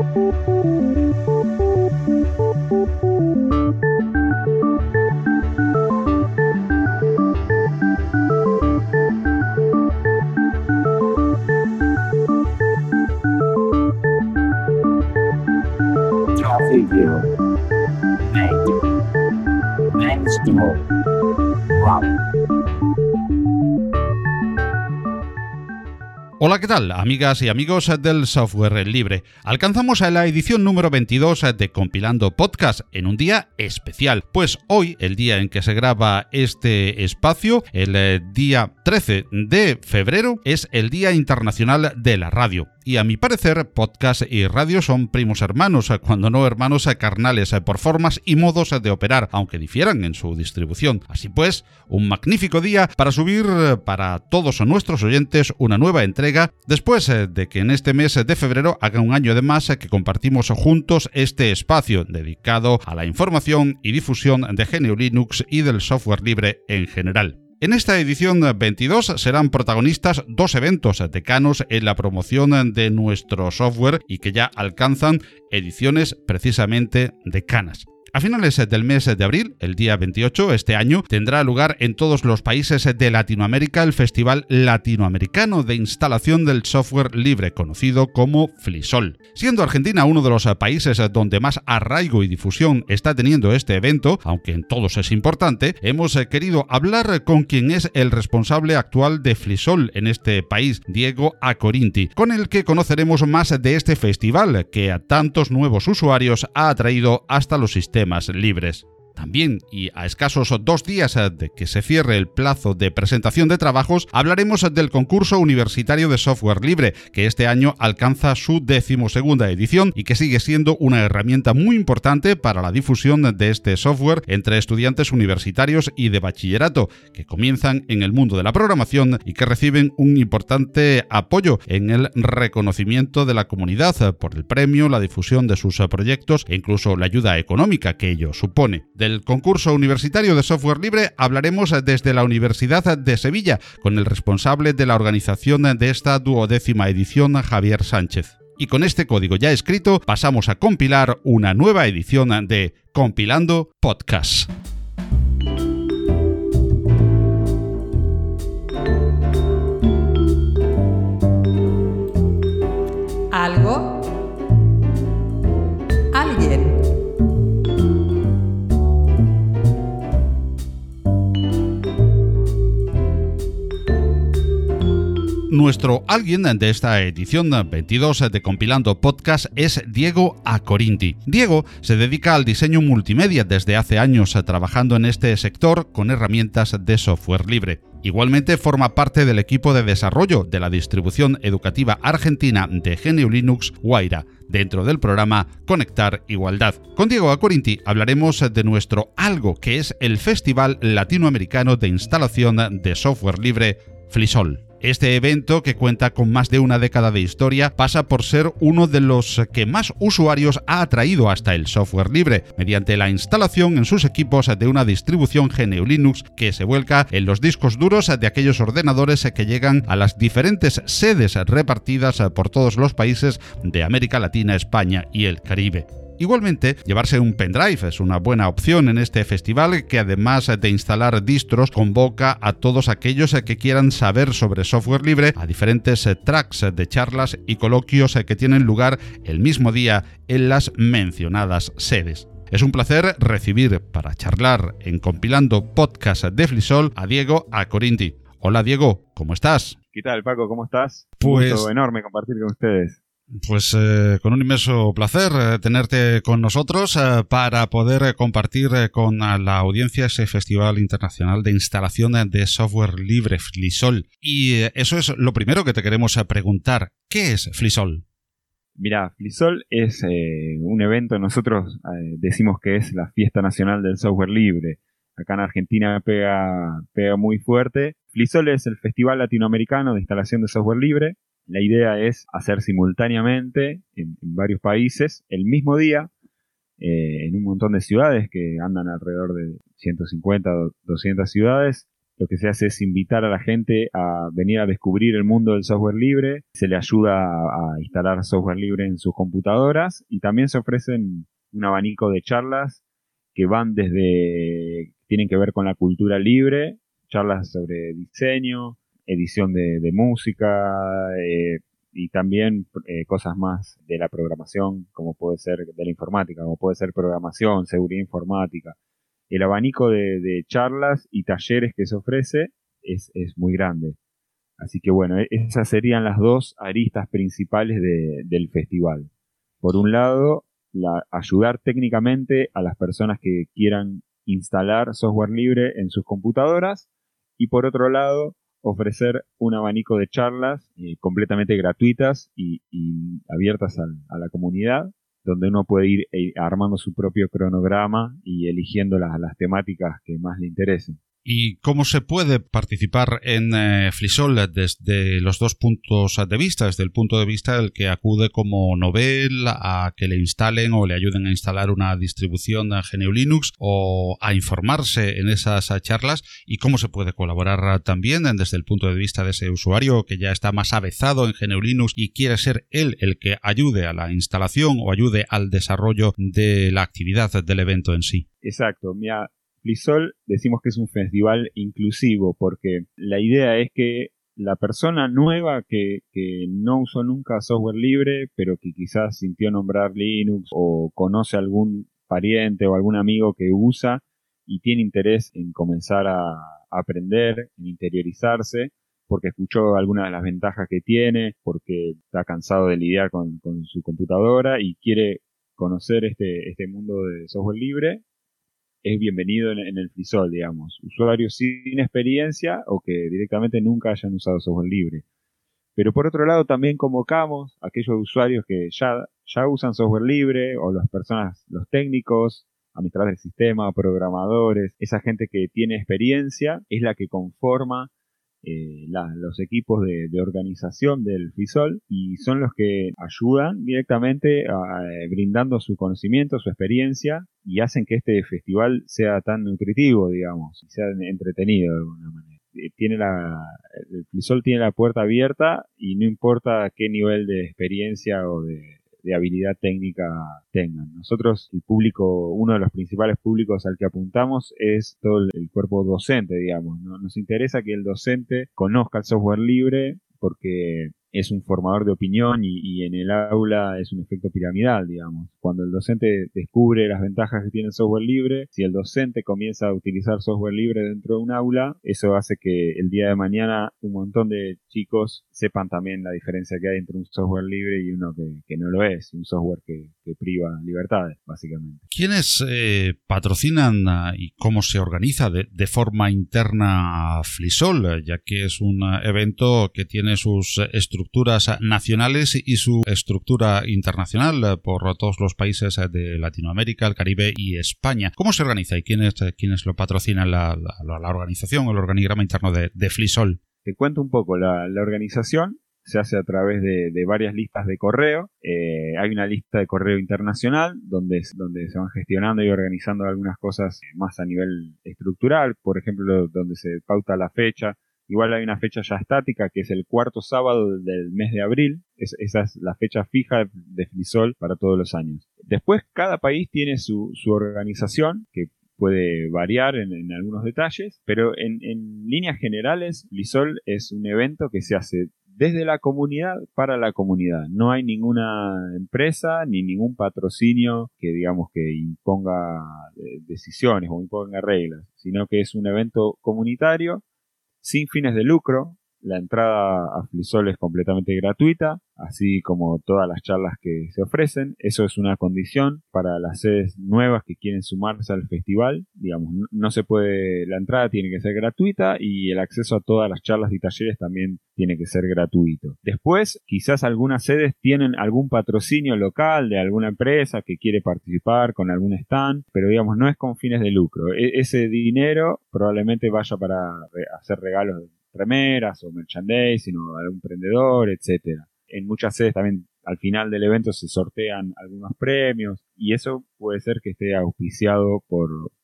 Hola, ¿qué tal, amigas y amigos del software libre? Alcanzamos a la edición número 22 de Compilando Podcast en un día especial, pues hoy, el día en que se graba este espacio, el día 13 de febrero, es el Día Internacional de la Radio. Y a mi parecer, podcast y radio son primos hermanos, cuando no hermanos carnales, por formas y modos de operar, aunque difieran en su distribución. Así pues, un magnífico día para subir para todos nuestros oyentes una nueva entrega, después de que en este mes de febrero haga un año de más que compartimos juntos este espacio dedicado a la información y difusión de GNU Linux y del software libre en general. En esta edición 22 serán protagonistas dos eventos decanos en la promoción de nuestro software y que ya alcanzan ediciones precisamente decanas. A finales del mes de abril, el día 28, este año, tendrá lugar en todos los países de Latinoamérica el Festival Latinoamericano de Instalación del Software Libre, conocido como FLISOL. Siendo Argentina uno de los países donde más arraigo y difusión está teniendo este evento, aunque en todos es importante, hemos querido hablar con quien es el responsable actual de FLISOL en este país, Diego Accorinti, con el que conoceremos más de este festival que a tantos nuevos usuarios ha atraído hasta los sistemas libres. También, y a escasos 2 días de que se cierre el plazo de presentación de trabajos, hablaremos del concurso universitario de software libre, que este año alcanza su 12ª edición y que sigue siendo una herramienta muy importante para la difusión de este software entre estudiantes universitarios y de bachillerato, que comienzan en el mundo de la programación y que reciben un importante apoyo en el reconocimiento de la comunidad por el premio, la difusión de sus proyectos e incluso la ayuda económica que ello supone. Del concurso universitario de software libre hablaremos desde la Universidad de Sevilla con el responsable de la organización de esta 12ª edición, Javier Sánchez. Y con este código ya escrito pasamos a compilar una nueva edición de Compilando Podcast. Algo, alguien. Nuestro alguien de esta edición 22 de Compilando Podcast es Diego Accorinti. Diego se dedica al diseño multimedia desde hace años, trabajando en este sector con herramientas de software libre. Igualmente forma parte del equipo de desarrollo de la distribución educativa argentina de GNU Linux, Guaira, dentro del programa Conectar Igualdad. Con Diego Accorinti hablaremos de nuestro algo, que es el Festival Latinoamericano de Instalación de Software Libre, FLISOL. Este evento, que cuenta con más de una década de historia, pasa por ser uno de los que más usuarios ha atraído hasta el software libre, mediante la instalación en sus equipos de una distribución GNU Linux que se vuelca en los discos duros de aquellos ordenadores que llegan a las diferentes sedes repartidas por todos los países de América Latina, España y el Caribe. Igualmente, llevarse un pendrive es una buena opción en este festival que, además de instalar distros, convoca a todos aquellos que quieran saber sobre software libre a diferentes tracks de charlas y coloquios que tienen lugar el mismo día en las mencionadas sedes. Es un placer recibir para charlar en Compilando Podcast de FLISOL a Diego Accorinti. Hola Diego, ¿cómo estás? ¿Qué tal, Paco? ¿Cómo estás? Pues... Un gusto enorme compartir con ustedes. Pues con un inmenso placer tenerte con nosotros para poder compartir con la audiencia ese Festival Internacional de Instalación de Software Libre, FLISOL. Y eso es lo primero que te queremos preguntar. ¿Qué es FLISOL? Mirá, FLISOL es un evento, nosotros decimos que es la fiesta nacional del software libre. Acá en Argentina pega muy fuerte. FLISOL es el Festival Latinoamericano de Instalación de Software Libre. La idea es hacer simultáneamente en varios países el mismo día, en un montón de ciudades que andan alrededor de 150 o 200 ciudades, lo que se hace es invitar a la gente a venir a descubrir el mundo del software libre, se le ayuda a instalar software libre en sus computadoras y también se ofrecen un abanico de charlas que van tienen que ver con la cultura libre, charlas sobre diseño, edición de música, y también cosas más de la programación, como puede ser de la informática, como puede ser programación, seguridad informática. El abanico de charlas y talleres que se ofrece es muy grande. Así que bueno, esas serían las dos aristas principales del festival. Por un lado, ayudar técnicamente a las personas que quieran instalar software libre en sus computadoras, y por otro lado, ofrecer un abanico de charlas completamente gratuitas y abiertas a la comunidad, donde uno puede ir armando su propio cronograma y eligiendo las temáticas que más le interesen. ¿Y cómo se puede participar en Flisol desde los dos puntos de vista? Desde el punto de vista del que acude como novel a que le instalen o le ayuden a instalar una distribución de GNU Linux o a informarse en esas charlas, y cómo se puede colaborar también desde el punto de vista de ese usuario que ya está más avezado en GNU Linux y quiere ser él el que ayude a la instalación o ayude al desarrollo de la actividad del evento en sí. Exacto, mira, Flisol decimos que es un festival inclusivo porque la idea es que la persona nueva que no usó nunca software libre, pero que quizás sintió nombrar Linux o conoce a algún pariente o algún amigo que usa y tiene interés en comenzar a aprender, en interiorizarse, porque escuchó algunas de las ventajas que tiene, porque está cansado de lidiar con su computadora y quiere conocer este mundo de software libre, es bienvenido en el Flisol, digamos. Usuarios sin experiencia o que directamente nunca hayan usado software libre. Pero por otro lado también convocamos a aquellos usuarios que ya usan software libre, o las personas, los técnicos, administradores del sistema, programadores, esa gente que tiene experiencia es la que conforma los equipos de organización del Flisol, y son los que ayudan directamente brindando su conocimiento, su experiencia, y hacen que este festival sea tan nutritivo, digamos, y sea entretenido de alguna manera. El Flisol tiene la puerta abierta y no importa qué nivel de experiencia o de habilidad técnica tengan. Nosotros, el público, uno de los principales públicos al que apuntamos es todo el cuerpo docente, digamos, ¿no? Nos interesa que el docente conozca el software libre porque es un formador de opinión y en el aula es un efecto piramidal, digamos. Cuando el docente descubre las ventajas que tiene el software libre, si el docente comienza a utilizar software libre dentro de un aula, eso hace que el día de mañana un montón de chicos sepan también la diferencia que hay entre un software libre y uno que no lo es, un software que priva libertades, básicamente. ¿Quiénes patrocinan y cómo se organiza de forma interna Flisol, ya que es un evento que tiene sus estructuras nacionales y su estructura internacional por todos los países de Latinoamérica, el Caribe y España? ¿Cómo se organiza y quiénes lo patrocinan la organización o el organigrama interno de Flisol? Te cuento un poco. La organización se hace a través de varias listas de correo. Hay una lista de correo internacional donde se van gestionando y organizando algunas cosas más a nivel estructural, por ejemplo, donde se pauta la fecha. Igual hay una fecha ya estática, que es el cuarto sábado del mes de abril. Esa es la fecha fija de Flisol para todos los años. Después, cada país tiene su organización, que puede variar en algunos detalles, pero en líneas generales, Flisol es un evento que se hace desde la comunidad para la comunidad. No hay ninguna empresa ni ningún patrocinio que, digamos, que imponga decisiones o imponga reglas, sino que es un evento comunitario sin fines de lucro. La entrada a Flisol es completamente gratuita, así como todas las charlas que se ofrecen. Eso es una condición para las sedes nuevas que quieren sumarse al festival. Digamos, no se puede, la entrada tiene que ser gratuita y el acceso a todas las charlas y talleres también tiene que ser gratuito. Después, quizás algunas sedes tienen algún patrocinio local de alguna empresa que quiere participar con algún stand, pero digamos, no es con fines de lucro. Ese dinero probablemente vaya para hacer regalos de remeras o merchandising o a algún emprendedor, etcétera. En muchas sedes también al final del evento se sortean algunos premios y eso puede ser que esté auspiciado por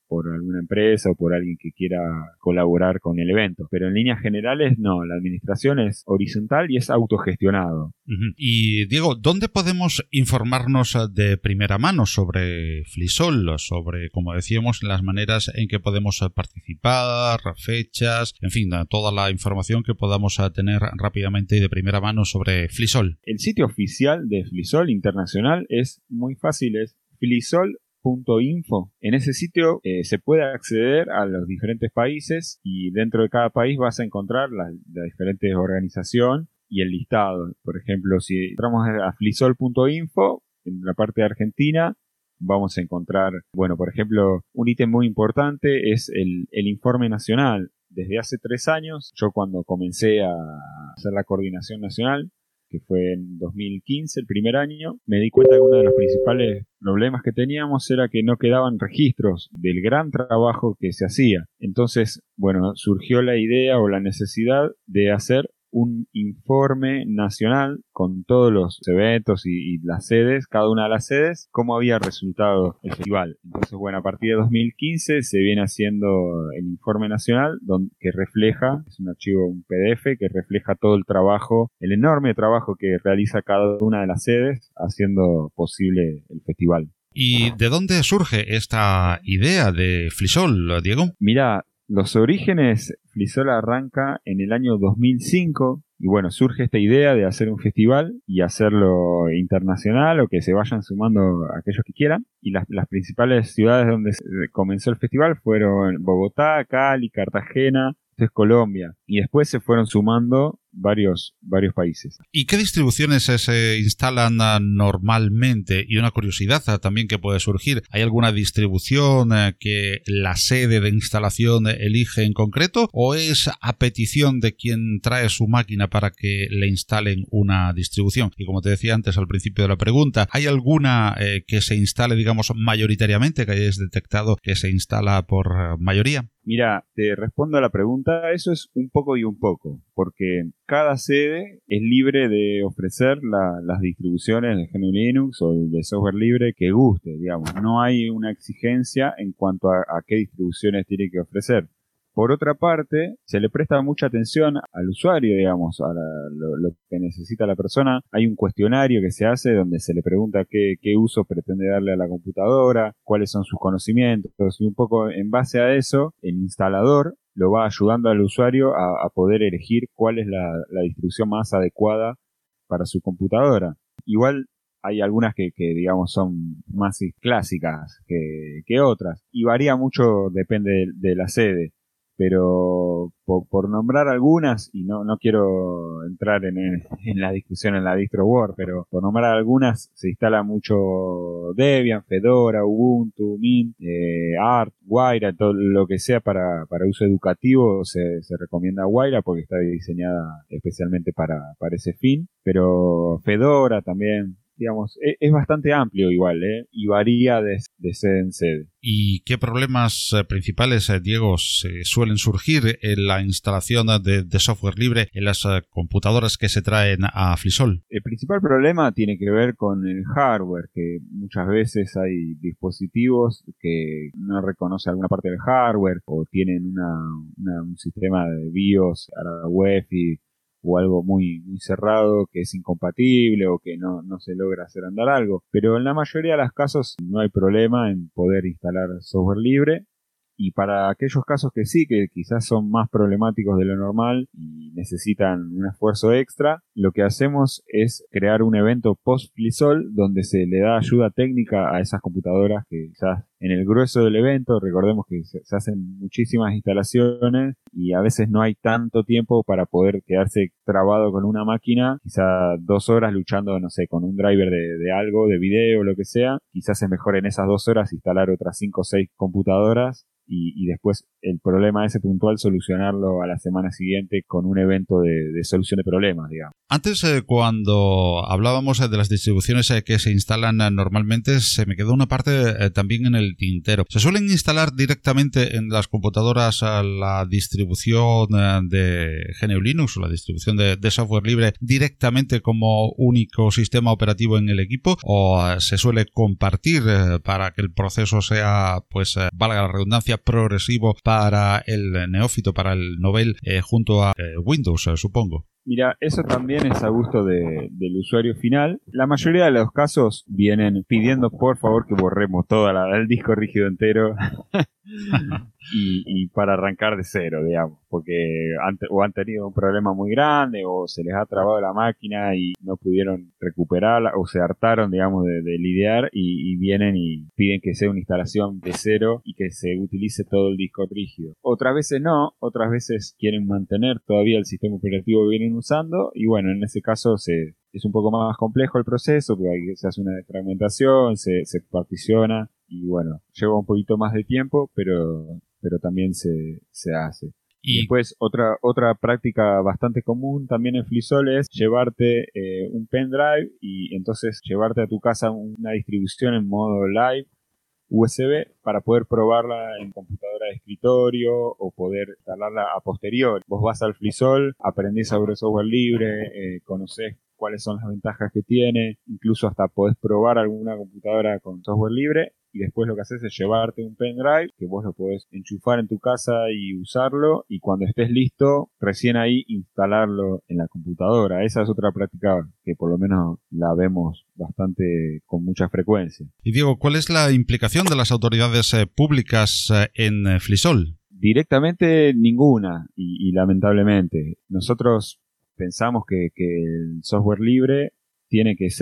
por alguna empresa o por alguien que quiera colaborar con el evento. Pero en líneas generales, no, la administración es horizontal y es autogestionado. Y Diego, ¿dónde podemos informarnos de primera mano sobre Flisol? Sobre, como decíamos, las maneras en que podemos participar, fechas, en fin, toda la información que podamos tener rápidamente y de primera mano sobre Flisol. El sitio oficial de Flisol internacional es muy fácil, es flisol.info. En ese sitio se puede acceder a los diferentes países y dentro de cada país vas a encontrar la diferente organización y el listado. Por ejemplo, si entramos a flisol.info, en la parte de Argentina, vamos a encontrar, bueno, por ejemplo, un ítem muy importante es el informe nacional. Desde hace 3 años, yo cuando comencé a hacer la coordinación nacional, que fue en 2015, el primer año, me di cuenta que uno de los principales problemas que teníamos era que no quedaban registros del gran trabajo que se hacía. Entonces, bueno, surgió la idea o la necesidad de hacer un informe nacional con todos los eventos y las sedes, cada una de las sedes, cómo había resultado el festival. Entonces, bueno, a partir de 2015 se viene haciendo el informe nacional que refleja, es un archivo, un PDF, que refleja todo el trabajo, el enorme trabajo que realiza cada una de las sedes haciendo posible el festival. ¿Y de dónde surge esta idea de Flisol, Diego? Mira, los orígenes, Flisol arranca en el año 2005 y bueno, surge esta idea de hacer un festival y hacerlo internacional o que se vayan sumando aquellos que quieran. Y las principales ciudades donde comenzó el festival fueron Bogotá, Cali, Cartagena, esto es Colombia. Y después se fueron sumando varios países. ¿Y qué distribuciones se instalan normalmente? Y una curiosidad también que puede surgir. ¿Hay alguna distribución que la sede de instalación elige en concreto? ¿O es a petición de quien trae su máquina para que le instalen una distribución? Y como te decía antes al principio de la pregunta, ¿hay alguna que se instale, digamos, mayoritariamente, que hayáis detectado que se instala por mayoría? Mira, te respondo a la pregunta, eso es un poco y un poco, porque cada sede es libre de ofrecer las distribuciones de GNU Linux o de software libre que guste, digamos. No hay una exigencia en cuanto a qué distribuciones tiene que ofrecer. Por otra parte, se le presta mucha atención al usuario, digamos, a lo que necesita la persona. Hay un cuestionario que se hace donde se le pregunta qué uso pretende darle a la computadora, cuáles son sus conocimientos, y un poco en base a eso, el instalador lo va ayudando al usuario a poder elegir cuál es la distribución más adecuada para su computadora. Igual hay algunas que digamos son más clásicas que otras y varía mucho, depende de la sede. Pero por nombrar algunas, y no quiero entrar en la discusión en la DistroWord, pero por nombrar algunas se instala mucho Debian, Fedora, Ubuntu, Mint, Arch, Wayra, todo lo que sea para uso educativo se recomienda Wayra porque está diseñada especialmente para ese fin, pero Fedora también. Digamos, es bastante amplio igual, y varía de sede en sede. ¿Y qué problemas principales, Diego, se suelen surgir en la instalación de software libre en las computadoras que se traen a Flisol? El principal problema tiene que ver con el hardware, que muchas veces hay dispositivos que no reconocen alguna parte del hardware o tienen un sistema de BIOS a la UEFI o algo muy, muy cerrado que es incompatible o que no se logra hacer andar algo. Pero en la mayoría de los casos no hay problema en poder instalar software libre. Y para aquellos casos que sí, que quizás son más problemáticos de lo normal y necesitan un esfuerzo extra, lo que hacemos es crear un evento post-Flisol donde se le da ayuda técnica a esas computadoras que quizás en el grueso del evento, recordemos que se hacen muchísimas instalaciones y a veces no hay tanto tiempo para poder quedarse trabado con una máquina, quizás 2 horas luchando, no sé, con un driver de algo, de video, lo que sea. Quizás es mejor en esas 2 horas instalar otras 5 o 6 computadoras y después el problema ese puntual solucionarlo a la semana siguiente con un evento de solución de problemas, digamos. Antes, cuando hablábamos de las distribuciones que se instalan normalmente, se me quedó una parte también en el el tintero. ¿Se suelen instalar directamente en las computadoras a la distribución de GNU Linux o la distribución de software libre directamente como único sistema operativo en el equipo, o se suele compartir para que el proceso sea, pues, valga la redundancia, progresivo para el neófito, para el novel, junto a Windows, supongo? Mira, eso también es a gusto del usuario final. La mayoría de los casos vienen pidiendo por favor que borremos todo el disco rígido entero y para arrancar de cero, digamos, porque han tenido un problema muy grande o se les ha trabado la máquina y no pudieron recuperarla o se hartaron, digamos, de lidiar y vienen y piden que sea una instalación de cero y que se utilice todo el disco rígido. Otras veces no, otras veces quieren mantener todavía el sistema operativo que vienen usando y bueno, en ese caso es un poco más complejo el proceso, porque se hace una fragmentación, se particiona y bueno, lleva un poquito más de tiempo, pero también se hace. Y después otra práctica bastante común también en FreeSol es llevarte un pendrive y entonces llevarte a tu casa una distribución en modo live USB para poder probarla en computadora de escritorio o poder instalarla a posteriori. Vos vas al FreeSol, aprendés sobre software libre, conocés cuáles son las ventajas que tiene, incluso hasta podés probar alguna computadora con software libre y después lo que haces es llevarte un pendrive que vos lo podés enchufar en tu casa y usarlo y cuando estés listo, recién ahí instalarlo en la computadora. Esa es otra práctica que por lo menos la vemos bastante con mucha frecuencia. Y Diego, ¿cuál es la implicación de las autoridades públicas en FreeSol? Directamente ninguna y lamentablemente. Nosotros pensamos que el software libre tiene que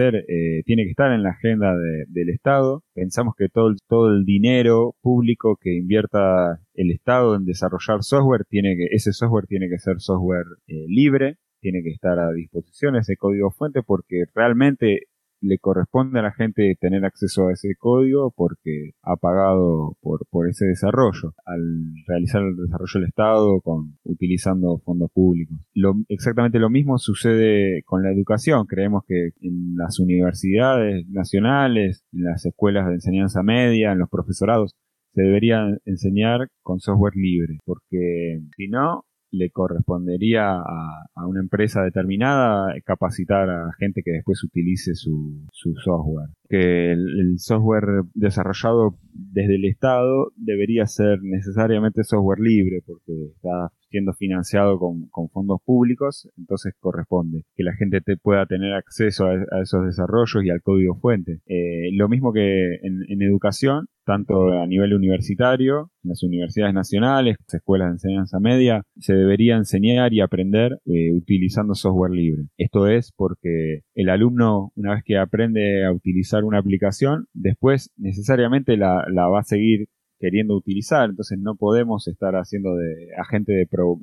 estar en la agenda del Estado. Pensamos que todo el dinero público que invierta el Estado en desarrollar software, ese software tiene que ser software libre, tiene que estar a disposición ese código fuente porque realmente le corresponde a la gente tener acceso a ese código porque ha pagado por ese desarrollo al realizar el desarrollo del Estado utilizando fondos públicos. Exactamente lo mismo sucede con la educación. Creemos que en las universidades nacionales, en las escuelas de enseñanza media, en los profesorados, se debería enseñar con software libre porque si no, le correspondería a una empresa determinada capacitar a gente que después utilice su software. Que el software desarrollado desde el Estado debería ser necesariamente software libre porque está siendo financiado con fondos públicos, entonces corresponde que la gente pueda tener acceso a esos desarrollos y al código fuente. Lo mismo que en educación, tanto a nivel universitario, en las universidades nacionales, las escuelas de enseñanza media, se debería enseñar y aprender utilizando software libre. Esto es porque el alumno, una vez que aprende a utilizar una aplicación, después necesariamente la va a seguir queriendo utilizar, entonces no podemos estar haciendo de agente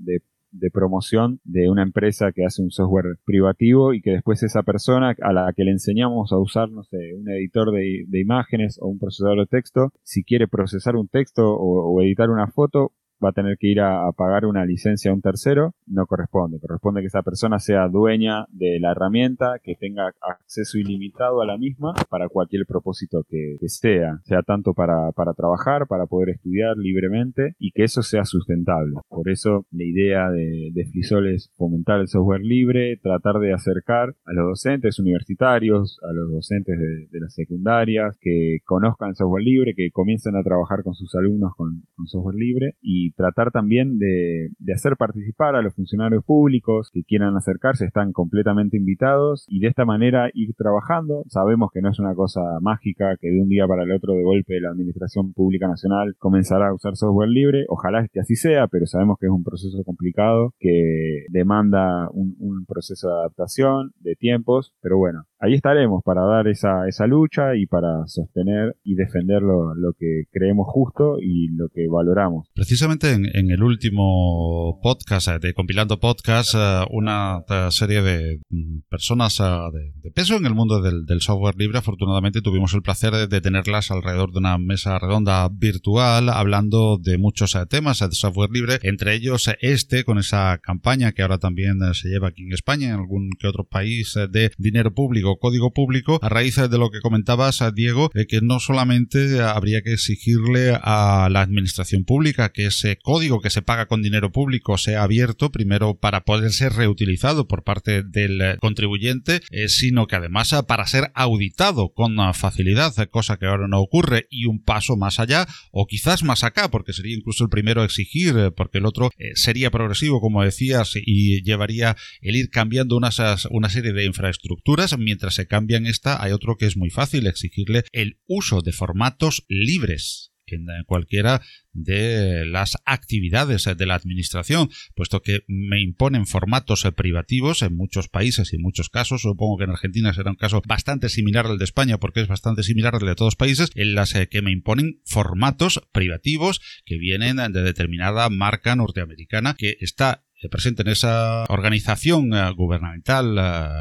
de promoción de una empresa que hace un software privativo y que después esa persona a la que le enseñamos a usar, no sé, un editor de imágenes o un procesador de texto, si quiere procesar un texto o editar una foto, va a tener que ir a pagar una licencia a un tercero. No corresponde que esa persona sea dueña de la herramienta, que tenga acceso ilimitado a la misma para cualquier propósito que sea tanto para trabajar, para poder estudiar libremente y que eso sea sustentable. Por eso la idea de FreeSol es fomentar el software libre, tratar de acercar a los docentes universitarios, a los docentes de las secundarias, que conozcan el software libre, que comiencen a trabajar con sus alumnos con software libre y tratar también de hacer participar a los funcionarios públicos que quieran acercarse, están completamente invitados y de esta manera ir trabajando. Sabemos que no es una cosa mágica que de un día para el otro de golpe la Administración Pública Nacional comenzará a usar software libre, ojalá que así sea, pero sabemos que es un proceso complicado que demanda un proceso de adaptación, de tiempos, pero bueno, ahí estaremos para dar esa lucha y para sostener y defender lo que creemos justo y lo que valoramos. Precisamente precisamente en el último podcast de Compilando Podcast, una serie de personas de peso en el mundo del software libre. Afortunadamente tuvimos el placer de tenerlas alrededor de una mesa redonda virtual hablando de muchos temas de software libre, entre ellos con esa campaña que ahora también se lleva aquí en España, en algún que otro país, de dinero público, código público, a raíz de lo que comentabas, Diego, que no solamente habría que exigirle a la administración pública que ese código que se paga con dinero público sea abierto, primero para poder ser reutilizado por parte del contribuyente, sino que además para ser auditado con facilidad, cosa que ahora no ocurre, y un paso más allá, o quizás más acá, porque sería incluso el primero a exigir, porque el otro sería progresivo, como decías, y llevaría el ir cambiando una serie de infraestructuras. Mientras se cambian hay otro que es muy fácil, exigirle el uso de formatos libres en cualquiera de las actividades de la administración, puesto que me imponen formatos privativos en muchos países y en muchos casos. Supongo que en Argentina será un caso bastante similar al de España, porque es bastante similar al de todos los países, en las que me imponen formatos privativos que vienen de determinada marca norteamericana que está presente en esa organización gubernamental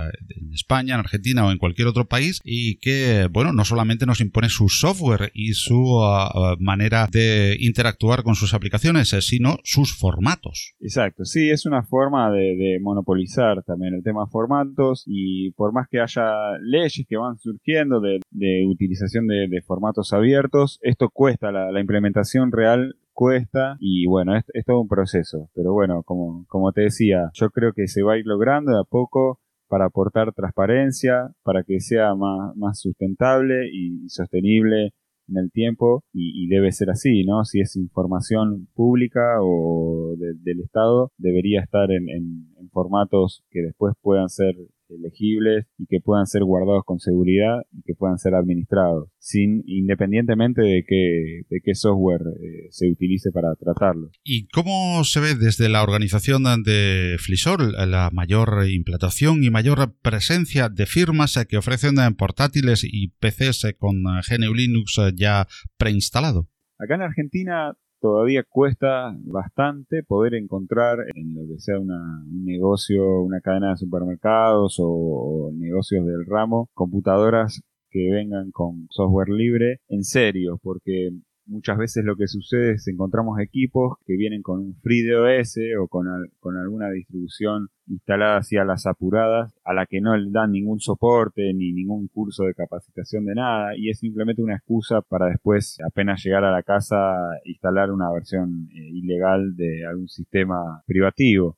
en España, en Argentina o en cualquier otro país, y que, bueno, no solamente nos impone su software y su manera de interactuar con sus aplicaciones, sino sus formatos. Exacto, sí, es una forma de monopolizar también el tema formatos, y por más que haya leyes que van surgiendo de utilización de formatos abiertos, esto cuesta, la implementación real cuesta, y bueno, es todo un proceso, pero bueno, como te decía, yo creo que se va a ir logrando de a poco para aportar transparencia, para que sea más sustentable y sostenible en el tiempo, y debe ser así, ¿no? Si es información pública o del Estado, debería estar en formatos que después puedan ser legibles y que puedan ser guardados con seguridad y que puedan ser administrados, independientemente de qué software se utilice para tratarlo. ¿Y cómo se ve desde la organización de Flisol la mayor implantación y mayor presencia de firmas que ofrecen portátiles y PCs con GNU Linux ya preinstalado? Acá en Argentina todavía cuesta bastante poder encontrar en lo que sea un negocio, una cadena de supermercados o negocios del ramo, computadoras que vengan con software libre en serio, porque muchas veces lo que sucede es que encontramos equipos que vienen con un FreeDOS o con alguna distribución instalada así a las apuradas, a la que no le dan ningún soporte ni ningún curso de capacitación de nada, y es simplemente una excusa para después, apenas llegar a la casa, instalar una versión ilegal de algún sistema privativo.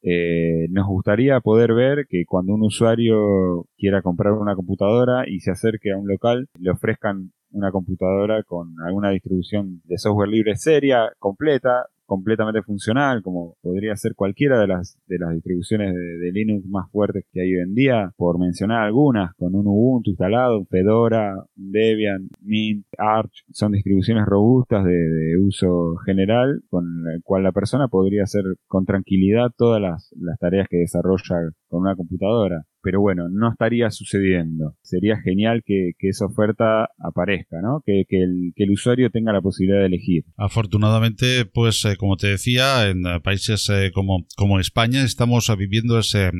Nos gustaría poder ver que cuando un usuario quiera comprar una computadora y se acerque a un local, le ofrezcan una computadora con alguna distribución de software libre seria, completamente funcional, como podría ser cualquiera de las distribuciones de Linux más fuertes que hay hoy en día, por mencionar algunas, con un Ubuntu instalado, un Fedora, un Debian, Mint, Arch. Son distribuciones robustas de uso general, con la cual la persona podría hacer con tranquilidad todas las tareas que desarrolla con una computadora. Pero bueno, no estaría sucediendo. Sería genial que esa oferta aparezca, ¿no? Que el usuario tenga la posibilidad de elegir. Afortunadamente, pues como te decía, en países como España estamos viviendo ese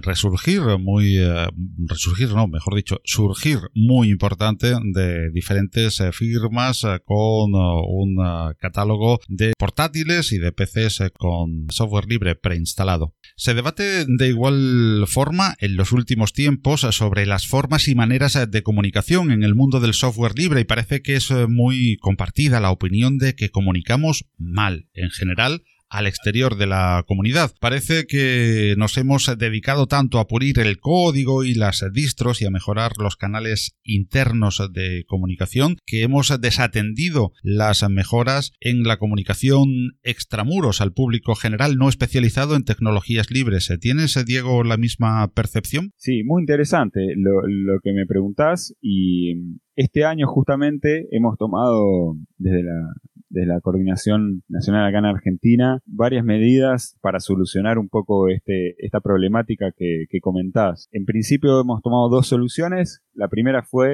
surgir muy importante de diferentes firmas con un catálogo de portátiles y de PCs con software libre preinstalado. Se debate de igual forma en los últimos tiempos sobre las formas y maneras de comunicación en el mundo del software libre, y parece que es muy compartida la opinión de que comunicamos mal en general al exterior de la comunidad. Parece que nos hemos dedicado tanto a pulir el código y las distros y a mejorar los canales internos de comunicación que hemos desatendido las mejoras en la comunicación extramuros al público general no especializado en tecnologías libres. ¿Tienes, Diego, la misma percepción? Sí, muy interesante lo que me preguntás, y este año justamente hemos tomado desde la Coordinación Nacional acá en Argentina varias medidas para solucionar un poco esta problemática que comentás. En principio hemos tomado dos soluciones. La primera fue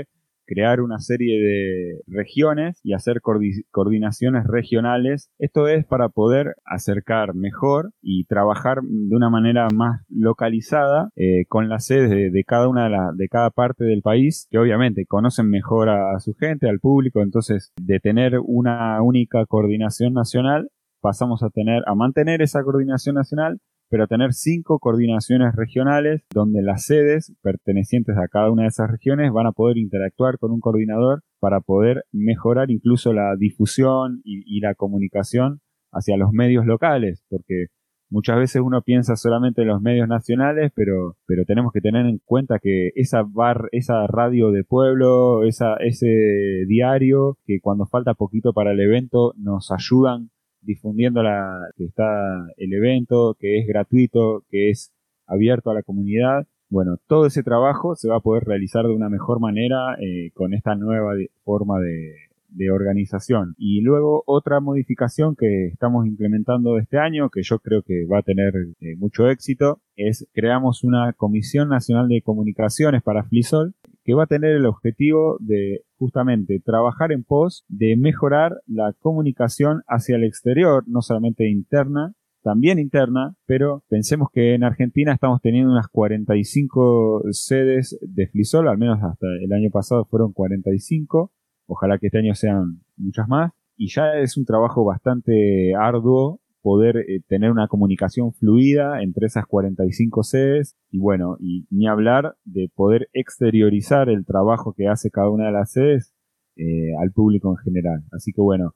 crear una serie de regiones y hacer coordinaciones regionales. Esto es para poder acercar mejor y trabajar de una manera más localizada con las sedes de cada de cada parte del país, que obviamente conocen mejor a su gente, al público. Entonces, de tener una única coordinación nacional, pasamos a mantener esa coordinación nacional, pero a tener 5 coordinaciones regionales donde las sedes pertenecientes a cada una de esas regiones van a poder interactuar con un coordinador para poder mejorar incluso la difusión y la comunicación hacia los medios locales, porque muchas veces uno piensa solamente en los medios nacionales, pero tenemos que tener en cuenta que esa radio de pueblo, ese diario, que cuando falta poquito para el evento nos ayudan difundiendo que está el evento, que es gratuito, que es abierto a la comunidad. Bueno, todo ese trabajo se va a poder realizar de una mejor manera con esta nueva forma de organización. Y luego otra modificación que estamos implementando este año, que yo creo que va a tener mucho éxito, es creamos una Comisión Nacional de Comunicaciones para FLISOL, que va a tener el objetivo de justamente trabajar en pos de mejorar la comunicación hacia el exterior, no solamente interna, también interna, pero pensemos que en Argentina estamos teniendo unas 45 sedes de FLISOL, al menos hasta el año pasado fueron 45, ojalá que este año sean muchas más, y ya es un trabajo bastante arduo poder tener una comunicación fluida entre esas 45 sedes y bueno, y ni hablar de poder exteriorizar el trabajo que hace cada una de las sedes al público en general. Así que bueno,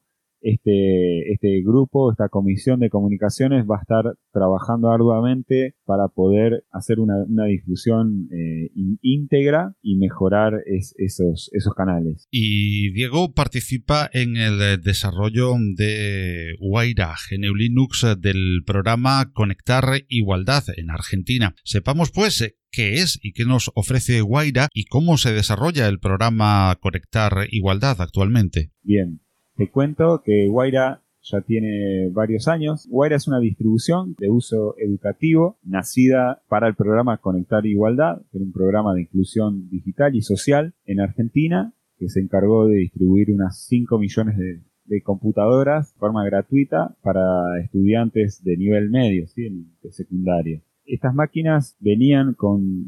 este grupo, esta comisión de comunicaciones va a estar trabajando arduamente para poder hacer una difusión íntegra y mejorar esos canales. Y Diego participa en el desarrollo de Wayra, GNU Linux, del programa Conectar Igualdad en Argentina. Sepamos pues qué es y qué nos ofrece Wayra y cómo se desarrolla el programa Conectar Igualdad actualmente. Bien. Te cuento que Wayra ya tiene varios años. Wayra es una distribución de uso educativo nacida para el programa Conectar Igualdad, que era un programa de inclusión digital y social en Argentina, que se encargó de distribuir unas 5 millones de computadoras de forma gratuita para estudiantes de nivel medio, ¿sí? De secundaria. Estas máquinas venían con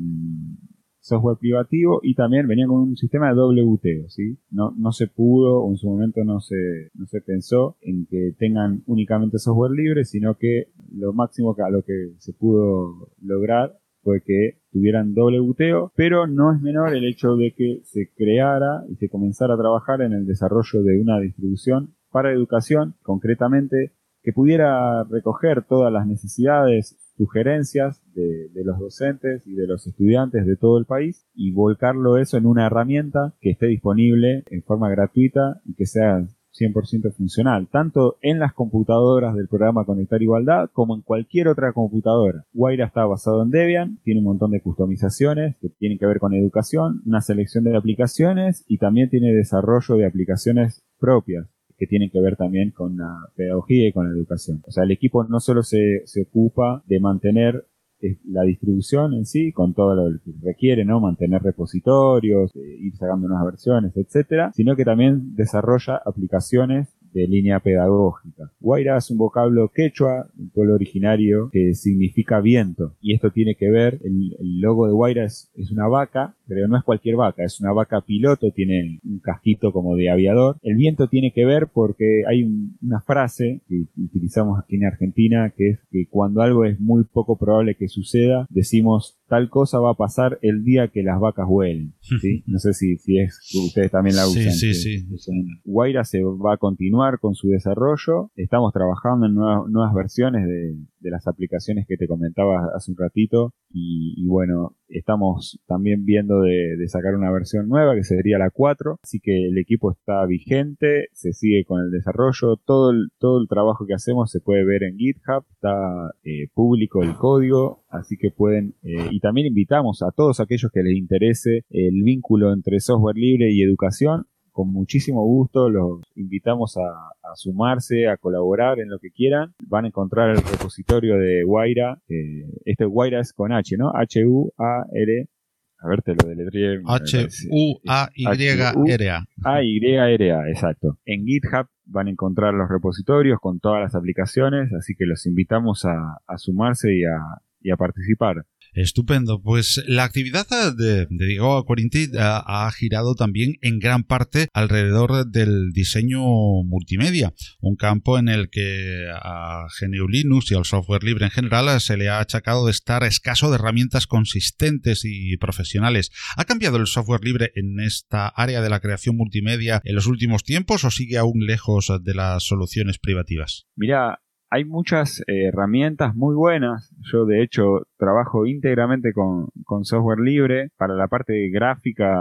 software privativo y también venía con un sistema de doble buteo, ¿sí? No se pudo, o en su momento no se pensó en que tengan únicamente software libre, sino que lo máximo a lo que se pudo lograr fue que tuvieran doble buteo, pero no es menor el hecho de que se creara y se comenzara a trabajar en el desarrollo de una distribución para educación, concretamente, que pudiera recoger todas las necesidades, sugerencias de los docentes y de los estudiantes de todo el país y volcarlo eso en una herramienta que esté disponible en forma gratuita y que sea 100% funcional, tanto en las computadoras del programa Conectar Igualdad como en cualquier otra computadora. Wayra está basado en Debian, tiene un montón de customizaciones que tienen que ver con educación, una selección de aplicaciones y también tiene desarrollo de aplicaciones propias que tienen que ver también con la pedagogía y con la educación. O sea, el equipo no solo se ocupa de mantener la distribución en sí, con todo lo que requiere, ¿no? Mantener repositorios, ir sacando nuevas versiones, etcétera, sino que también desarrolla aplicaciones de línea pedagógica. Wayra es un vocablo quechua, un pueblo originario que significa viento, y esto tiene que ver, el logo de Wayra es una vaca, pero no es cualquier vaca, es una vaca piloto, tiene un casquito como de aviador. El viento tiene que ver porque hay una frase que utilizamos aquí en Argentina, que es que cuando algo es muy poco probable que suceda, decimos tal cosa va a pasar el día que las vacas vuelen, ¿sí? No sé si ustedes también la usan. Sí. Wayra se va a continuar con su desarrollo. Estamos trabajando en nuevas versiones de las aplicaciones que te comentaba hace un ratito y bueno, estamos también viendo de sacar una versión nueva que sería la 4, así que el equipo está vigente, se sigue con el desarrollo, todo el trabajo que hacemos se puede ver en GitHub, está público el código, así que pueden, y también invitamos a todos aquellos que les interese el vínculo entre software libre y educación. Con muchísimo gusto los invitamos a sumarse, a colaborar en lo que quieran. Van a encontrar el repositorio de Wayra. Wayra es con H, ¿no? H-U-A-R-A. A ver, te lo deletreé. H-U-A-Y-R-A. A-Y-R-A, exacto. En GitHub van a encontrar los repositorios con todas las aplicaciones, así que los invitamos a sumarse y a participar. Estupendo. Pues la actividad de Diego Acquarinti ha girado también en gran parte alrededor del diseño multimedia, un campo en el que a GNU Linux y al software libre en general se le ha achacado de estar escaso de herramientas consistentes y profesionales. ¿Ha cambiado el software libre en esta área de la creación multimedia en los últimos tiempos o sigue aún lejos de las soluciones privativas? Mira, hay muchas herramientas muy buenas. Yo, de hecho, trabajo íntegramente con software libre. Para la parte gráfica,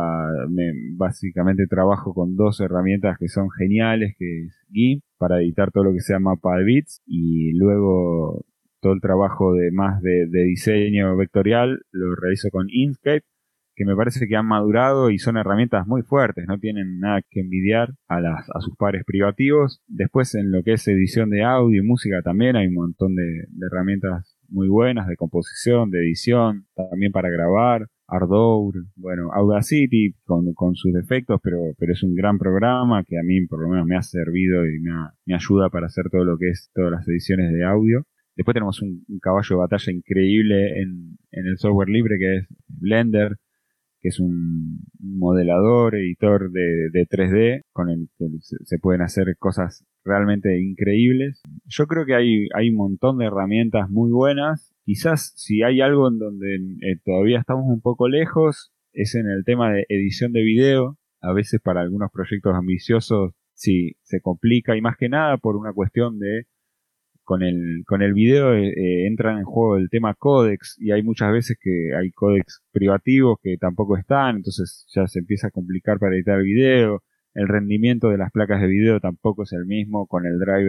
básicamente trabajo con 2 herramientas que son geniales, que es GIMP, para editar todo lo que sea mapa de bits, y luego todo el trabajo de diseño vectorial lo realizo con Inkscape, que me parece que han madurado y son herramientas muy fuertes, no tienen nada que envidiar a sus pares privativos. Después, en lo que es edición de audio y música, también hay un montón de herramientas muy buenas de composición, de edición, también para grabar. Ardour, bueno, Audacity con sus defectos, pero es un gran programa que a mí por lo menos me ha servido y me ayuda para hacer todo lo que es todas las ediciones de audio. Después tenemos un caballo de batalla increíble en el software libre, que es Blender, que es un modelador, editor de 3D, con el que se pueden hacer cosas realmente increíbles. Yo creo que hay un montón de herramientas muy buenas. Quizás si hay algo en donde todavía estamos un poco lejos, es en el tema de edición de video. A veces para algunos proyectos ambiciosos sí se complica, y más que nada por una cuestión de con el video entran en juego el tema códex, y hay muchas veces que hay códex privativos que tampoco están, entonces ya se empieza a complicar para editar video. El rendimiento de las placas de video tampoco es el mismo con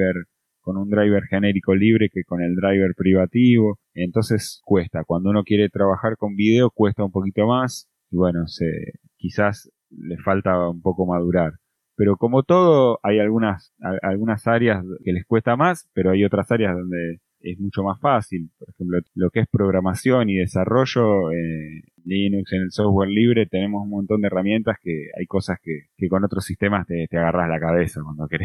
un driver genérico libre que con el driver privativo, entonces cuesta. Cuando uno quiere trabajar con video cuesta un poquito más, y bueno, quizás le falta un poco madurar. Pero como todo, hay algunas áreas que les cuesta más, pero hay otras áreas donde es mucho más fácil. Por ejemplo, lo que es programación y desarrollo, Linux, en el software libre tenemos un montón de herramientas que hay cosas que con otros sistemas te agarras la cabeza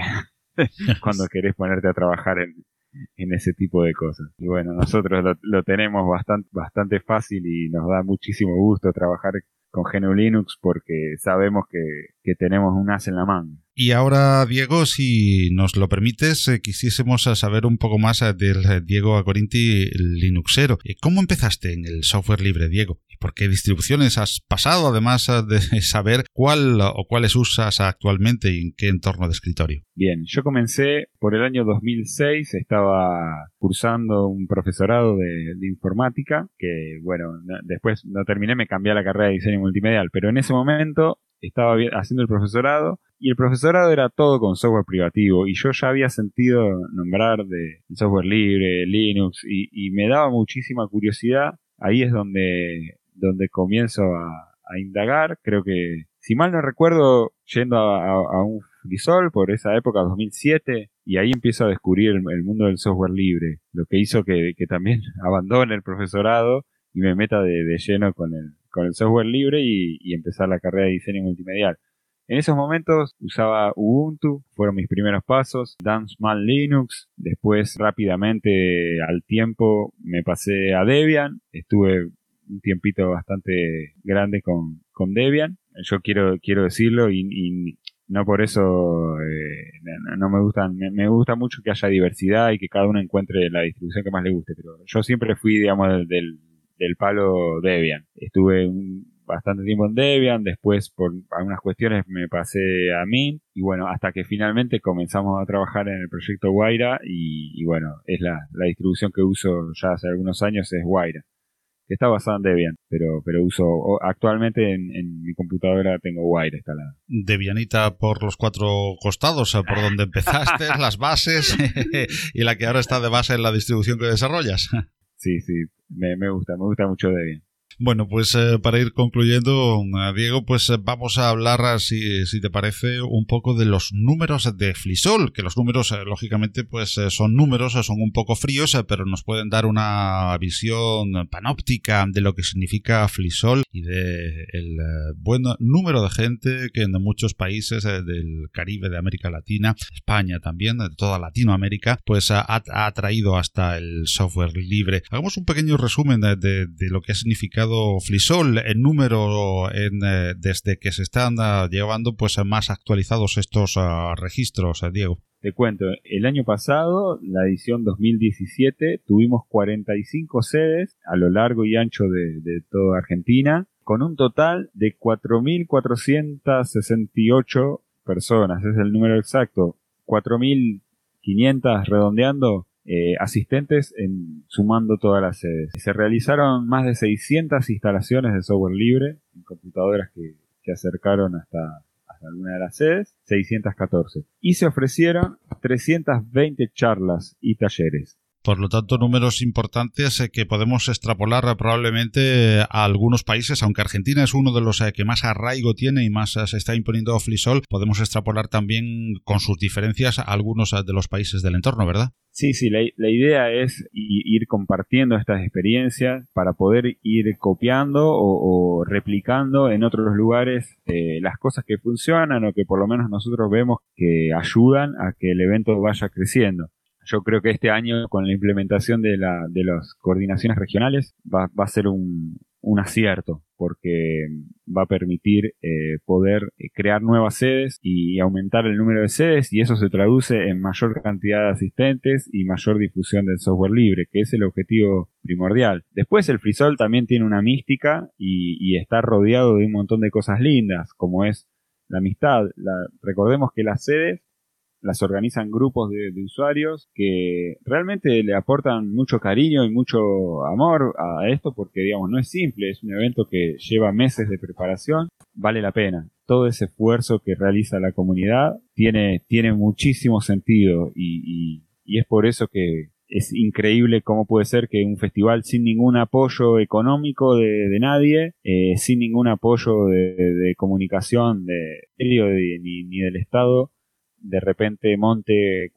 cuando querés ponerte a trabajar en ese tipo de cosas. Y bueno, nosotros lo tenemos bastante fácil y nos da muchísimo gusto trabajar con GNU Linux porque sabemos que tenemos un as en la manga. Y ahora, Diego, si nos lo permites, quisiésemos saber un poco más del Diego Acquarinti Linuxero. ¿Cómo empezaste en el software libre, Diego? ¿Y por qué distribuciones has pasado, además de saber cuál o cuáles usas actualmente y en qué entorno de escritorio? Bien, yo comencé por el año 2006, estaba cursando un profesorado de informática, que bueno, después no terminé, me cambié a la carrera de diseño multimedial, pero en ese momento estaba haciendo el profesorado, y el profesorado era todo con software privativo, y yo ya había sentido nombrar de software libre, Linux, y me daba muchísima curiosidad. Ahí es donde comienzo a indagar. Creo que, si mal no recuerdo, yendo a un FreeSol por esa época, 2007, y ahí empiezo a descubrir el mundo del software libre, lo que hizo que también abandone el profesorado y me meta de lleno con el software libre y empezar la carrera de diseño multimedial. En esos momentos usaba Ubuntu, fueron mis primeros pasos, Dancman Linux, después rápidamente al tiempo me pasé a Debian, estuve un tiempito bastante grande con Debian. Yo quiero decirlo y no por eso no me gustan, me gusta mucho que haya diversidad y que cada uno encuentre la distribución que más le guste, pero yo siempre fui, digamos, del palo Debian. Estuve bastante tiempo en Debian, después por algunas cuestiones me pasé a Mint, y bueno, hasta que finalmente comenzamos a trabajar en el proyecto Wayra, y bueno, es la distribución que uso ya hace algunos años, es Wayra, que está basada en Debian, pero uso actualmente en mi computadora tengo Wayra instalada. Debianita por los 4 costados, por donde empezaste, las bases, y la que ahora está de base en la distribución que desarrollas. Sí, me gusta mucho Debian. Bueno, pues para ir concluyendo, Diego, pues vamos a hablar, si te parece, un poco de los números de Flisol, que los números, lógicamente, pues son números, son un poco fríos, pero nos pueden dar una visión panóptica de lo que significa Flisol y de el buen número de gente que en muchos países del Caribe, de América Latina, España también, de toda Latinoamérica, pues ha traído hasta el software libre. Hagamos un pequeño resumen de lo que ha significado Flisol en número desde que se están llevando pues más actualizados estos registros, Diego. Te cuento, el año pasado, la edición 2017, tuvimos 45 sedes a lo largo y ancho de toda Argentina, con un total de 4.468 personas, es el número exacto, 4.500 redondeando, asistentes sumando todas las sedes. Se realizaron más de 600 instalaciones de software libre en computadoras que se acercaron hasta alguna de las sedes, 614. Y se ofrecieron 320 charlas y talleres. Por lo tanto, números importantes que podemos extrapolar probablemente a algunos países, aunque Argentina es uno de los que más arraigo tiene y más se está imponiendo Flisol, podemos extrapolar también con sus diferencias a algunos de los países del entorno, ¿verdad? Sí, la idea es ir compartiendo estas experiencias para poder ir copiando o replicando en otros lugares las cosas que funcionan o que por lo menos nosotros vemos que ayudan a que el evento vaya creciendo. Yo creo que este año, con la implementación de las coordinaciones regionales, va a ser un acierto, porque va a permitir poder crear nuevas sedes y aumentar el número de sedes, y eso se traduce en mayor cantidad de asistentes y mayor difusión del software libre, que es el objetivo primordial. Después el Flisol también tiene una mística y está rodeado de un montón de cosas lindas, como es la amistad. Recordemos que las sedes las organizan grupos de usuarios que realmente le aportan mucho cariño y mucho amor a esto, porque digamos no es simple, es un evento que lleva meses de preparación, vale la pena. Todo ese esfuerzo que realiza la comunidad tiene muchísimo sentido y es por eso que es increíble cómo puede ser que un festival sin ningún apoyo económico de nadie, sin ningún apoyo de comunicación ni del Estado, de repente monte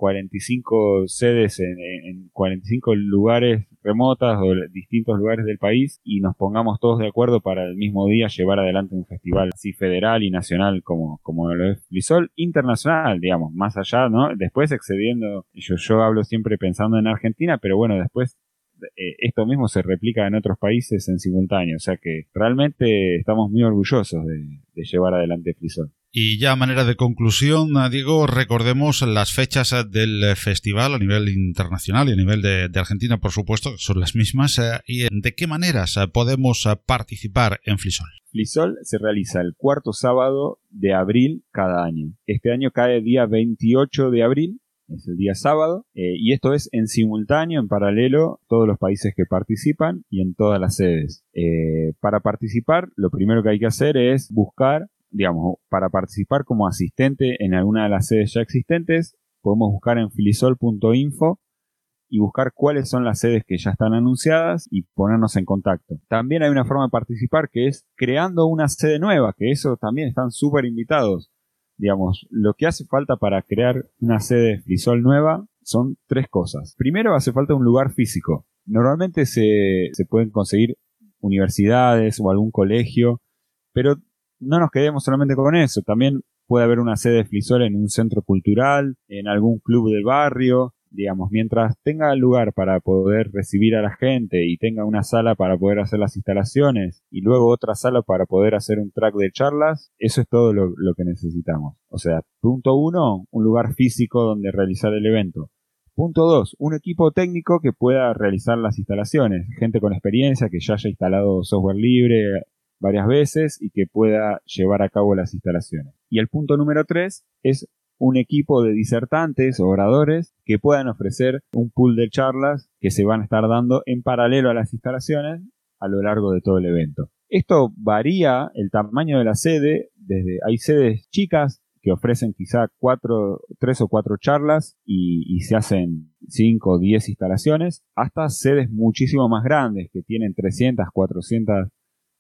45 sedes en 45 lugares remotas o distintos lugares del país y nos pongamos todos de acuerdo para el mismo día llevar adelante un festival así federal y nacional como lo es Flisol, internacional, digamos, más allá, ¿no? Después excediendo, yo hablo siempre pensando en Argentina, pero bueno, después esto mismo se replica en otros países en simultáneo, o sea que realmente estamos muy orgullosos de llevar adelante Flisol. Y ya a manera de conclusión, Diego, recordemos las fechas del festival a nivel internacional y a nivel de Argentina, por supuesto, que son las mismas, y de qué maneras podemos participar en Flisol. Flisol se realiza el cuarto sábado de abril cada año. Este año cae día 28 de abril, es el día sábado, y esto es en simultáneo, en paralelo, todos los países que participan y en todas las sedes. Para participar, lo primero que hay que hacer es buscar, digamos, para participar como asistente en alguna de las sedes ya existentes, podemos buscar en flisol.info y buscar cuáles son las sedes que ya están anunciadas y ponernos en contacto. También hay una forma de participar que es creando una sede nueva, que eso también están súper invitados. Digamos, lo que hace falta para crear una sede Flisol nueva son 3 cosas. Primero, hace falta un lugar físico. Normalmente se pueden conseguir universidades o algún colegio, pero no nos quedemos solamente con eso. También puede haber una sede Flisol en un centro cultural, en algún club del barrio. Digamos, mientras tenga lugar para poder recibir a la gente y tenga una sala para poder hacer las instalaciones y luego otra sala para poder hacer un track de charlas, eso es todo lo que necesitamos. O sea, punto 1, un lugar físico donde realizar el evento. Punto 2, un equipo técnico que pueda realizar las instalaciones. Gente con experiencia que ya haya instalado software libre varias veces y que pueda llevar a cabo las instalaciones. Y el punto número 3 es un equipo de disertantes o oradores que puedan ofrecer un pool de charlas que se van a estar dando en paralelo a las instalaciones a lo largo de todo el evento. Esto varía el tamaño de la sede, hay sedes chicas que ofrecen quizá 3 o 4 charlas y se hacen 5 o 10 instalaciones, hasta sedes muchísimo más grandes que tienen 300, 400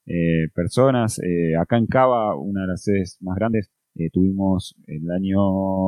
personas. Acá en Cava, una de las sedes más grandes, tuvimos el año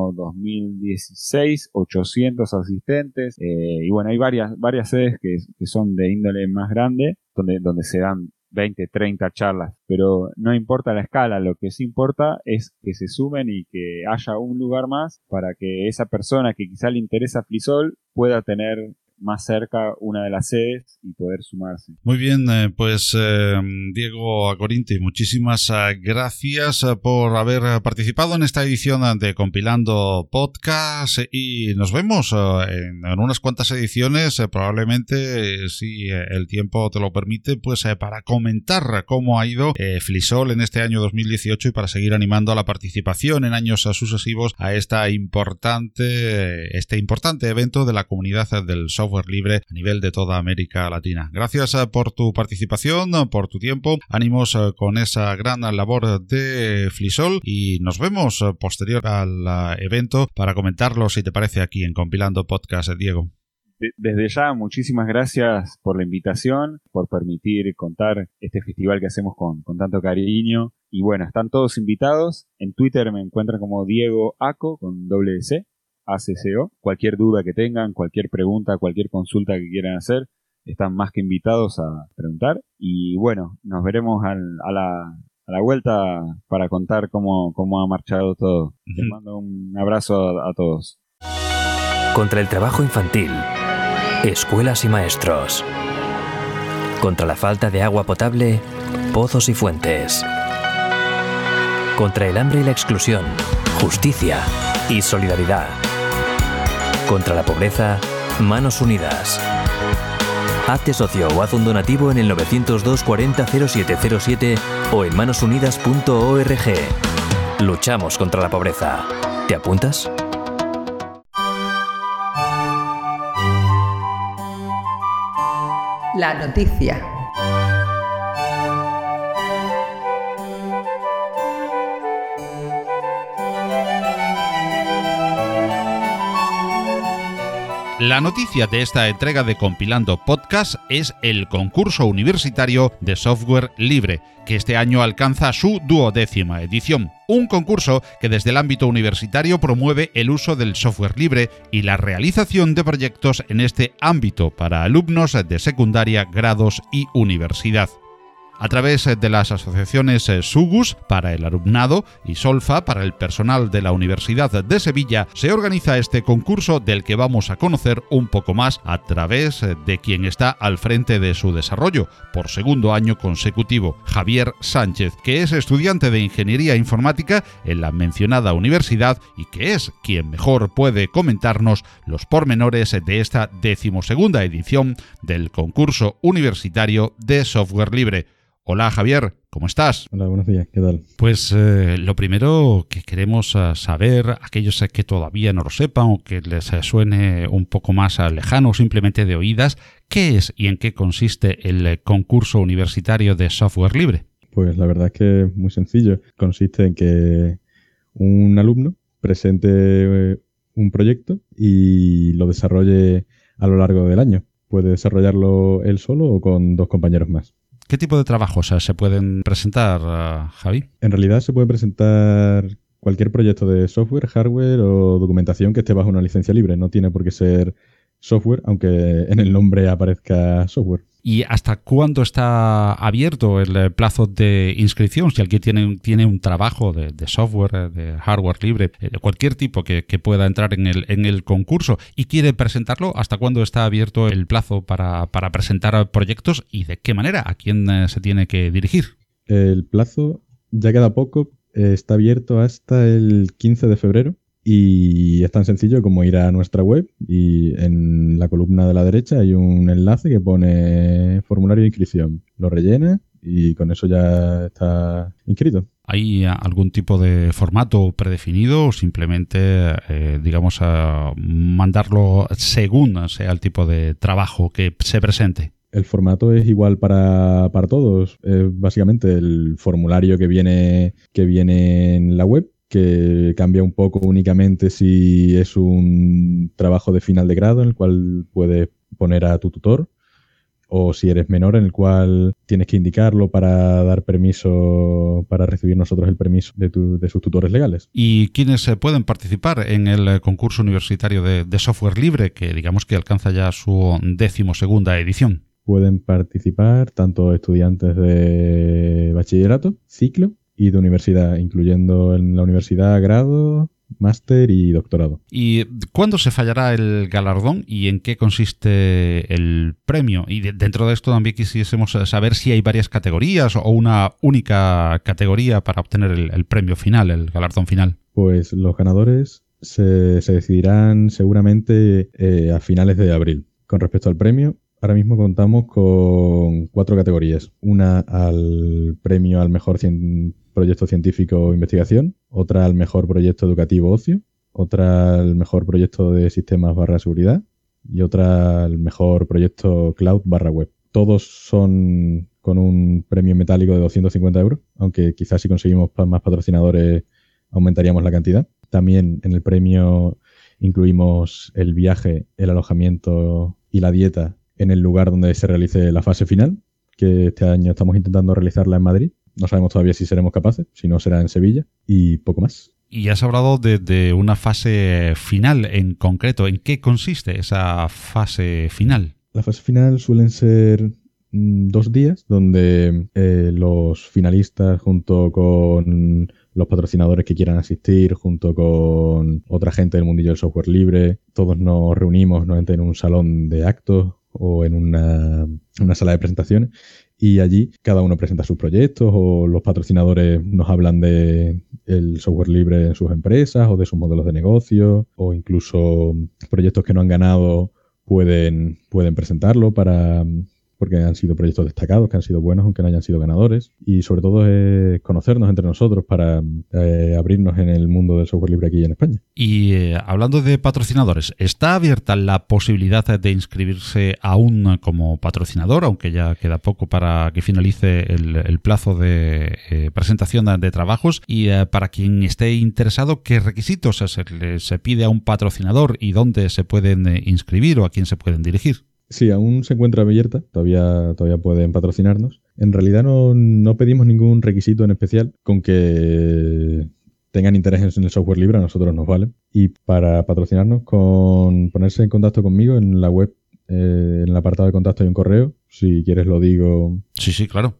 2016 800 asistentes, y bueno, hay varias sedes que son de índole más grande, donde se dan 20, 30 charlas, pero no importa la escala, lo que sí importa es que se sumen y que haya un lugar más para que esa persona que quizá le interesa Flisol pueda tener más cerca una de las sedes y poder sumarse. Muy bien, pues Diego Acorinti, muchísimas gracias por haber participado en esta edición de Compilando Podcast, y nos vemos en unas cuantas ediciones, probablemente, si el tiempo te lo permite, pues para comentar cómo ha ido Flisol en este año 2018 y para seguir animando a la participación en años sucesivos a este importante evento de la comunidad del software libre a nivel de toda América Latina. Gracias por tu participación, por tu tiempo, ánimos con esa gran labor de Flisol, y nos vemos posterior al evento para comentarlo, si te parece, aquí en Compilando Podcast, Diego. Desde ya, muchísimas gracias por la invitación, por permitir contar este festival que hacemos con tanto cariño. Y bueno, están todos invitados. En Twitter me encuentran como Diego Aco, con doble C, ACCO. Cualquier duda que tengan, cualquier pregunta, cualquier consulta que quieran hacer, están más que invitados a preguntar. Y bueno, nos veremos a la vuelta para contar cómo ha marchado todo. Les mando un abrazo a todos. Contra el trabajo infantil, escuelas y maestros. Contra la falta de agua potable, pozos y fuentes. Contra el hambre y la exclusión, justicia y solidaridad. Contra la pobreza, manos unidas. Hazte socio o haz un donativo en el 902 40 0707 o en manosunidas.org. Luchamos contra la pobreza. ¿Te apuntas? La noticia. La noticia de esta entrega de Compilando Podcast es el concurso universitario de software libre, que este año alcanza su 12ª edición. Un concurso que desde el ámbito universitario promueve el uso del software libre y la realización de proyectos en este ámbito para alumnos de secundaria, grados y universidad. A través de las asociaciones SUGUS para el alumnado y SOLFA para el personal de la Universidad de Sevilla, se organiza este concurso, del que vamos a conocer un poco más a través de quien está al frente de su desarrollo por segundo año consecutivo, Javier Sánchez, que es estudiante de Ingeniería Informática en la mencionada universidad y que es quien mejor puede comentarnos los pormenores de esta 12ª edición del concurso universitario de software libre. Hola Javier, ¿cómo estás? Hola, buenos días, ¿qué tal? Pues lo primero que queremos saber, aquellos que todavía no lo sepan o que les suene un poco más lejano, simplemente de oídas, ¿qué es y en qué consiste el concurso universitario de software libre? Pues la verdad es que es muy sencillo. Consiste en que un alumno presente un proyecto y lo desarrolle a lo largo del año. Puede desarrollarlo él solo o con 2 compañeros más. ¿Qué tipo de trabajos se pueden presentar, Javi? En realidad se puede presentar cualquier proyecto de software, hardware o documentación que esté bajo una licencia libre. No tiene por qué ser software, aunque en el nombre aparezca software. ¿Y hasta cuándo está abierto el plazo de inscripción? Si alguien tiene un trabajo de software, de hardware libre, de cualquier tipo que pueda entrar en el concurso y quiere presentarlo, ¿hasta cuándo está abierto el plazo para presentar proyectos y de qué manera? ¿A quién se tiene que dirigir? El plazo ya queda poco. Está abierto hasta el 15 de febrero. Y es tan sencillo como ir a nuestra web y en la columna de la derecha hay un enlace que pone formulario de inscripción. Lo rellena y con eso ya está inscrito. ¿Hay algún tipo de formato predefinido o simplemente, mandarlo según sea el tipo de trabajo que se presente? El formato es igual para todos. Es básicamente el formulario que viene en la web, que cambia un poco únicamente si es un trabajo de final de grado en el cual puedes poner a tu tutor, o si eres menor, en el cual tienes que indicarlo para dar permiso, para recibir nosotros el permiso de sus tutores legales. ¿Y quiénes pueden participar en el concurso universitario de software libre, que digamos que alcanza ya su 12ª edición? Pueden participar tanto estudiantes de bachillerato, ciclo y de universidad, incluyendo en la universidad grado, máster y doctorado. ¿Y cuándo se fallará el galardón y en qué consiste el premio? Y dentro de esto también quisiésemos saber si hay varias categorías o una única categoría para obtener el premio final, el galardón final. Pues los ganadores se decidirán seguramente a finales de abril. Con respecto al premio, ahora mismo contamos con 4 categorías. Una al premio al mejor proyecto científico o investigación, otra al mejor proyecto educativo ocio, otra al mejor proyecto de sistemas +seguridad y otra al mejor proyecto cloud /web. Todos son con un premio metálico de 250 euros, aunque quizás si conseguimos más patrocinadores aumentaríamos la cantidad. También en el premio incluimos el viaje, el alojamiento y la dieta en el lugar donde se realice la fase final, que este año estamos intentando realizarla en Madrid. No sabemos todavía si seremos capaces, si no será en Sevilla y poco más. Y has hablado de una fase final en concreto. ¿En qué consiste esa fase final? La fase final suelen ser 2 días donde los finalistas junto con los patrocinadores que quieran asistir, junto con otra gente del mundillo del software libre, todos nos reunimos normalmente en un salón de actos o en una sala de presentaciones y allí cada uno presenta sus proyectos o los patrocinadores nos hablan de el software libre en sus empresas o de sus modelos de negocio o incluso proyectos que no han ganado pueden presentarlo porque han sido proyectos destacados, que han sido buenos aunque no hayan sido ganadores y sobre todo es conocernos entre nosotros para abrirnos en el mundo del software libre aquí en España. Y hablando de patrocinadores, ¿está abierta la posibilidad de inscribirse aún como patrocinador, aunque ya queda poco para que finalice el plazo de presentación de trabajos? Y para quien esté interesado, ¿qué requisitos se pide a un patrocinador y dónde se pueden inscribir o a quién se pueden dirigir? Sí, aún se encuentra abierta, todavía pueden patrocinarnos. En realidad no pedimos ningún requisito en especial, con que tengan interés en el software libre a nosotros nos vale. Y para patrocinarnos, con ponerse en contacto conmigo en la web, en el apartado de contacto hay un correo, si quieres lo digo. Sí, claro.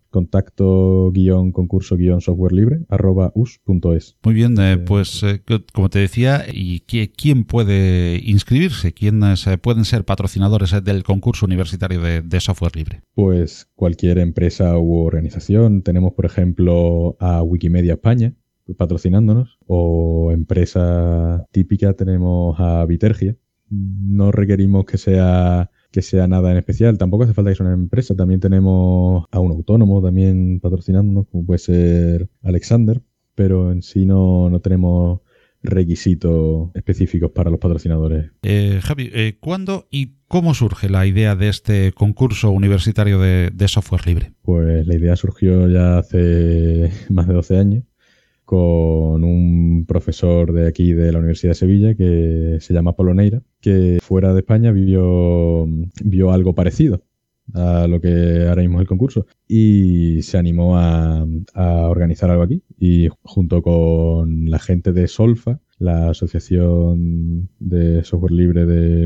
contacto-concurso-softwarelibre@us.es. Muy bien, pues como te decía, ¿y quién puede inscribirse? ¿Quiénes pueden ser patrocinadores del concurso universitario de software libre? Pues cualquier empresa u organización. Tenemos, por ejemplo, a Wikimedia España patrocinándonos, o empresa típica tenemos a Vitergia. No requerimos que sea nada en especial. Tampoco hace falta que sea una empresa. También tenemos a un autónomo también patrocinándonos, como puede ser Alexander, pero en sí no tenemos requisitos específicos para los patrocinadores. Javi, ¿cuándo y cómo surge la idea de este concurso universitario de software libre? Pues la idea surgió ya hace más de 12 años con un profesor de aquí de la Universidad de Sevilla que se llama Pablo Neira, que fuera de España vio algo parecido a lo que ahora mismo es el concurso y se animó a organizar algo aquí, y junto con la gente de Solfa, la asociación de software libre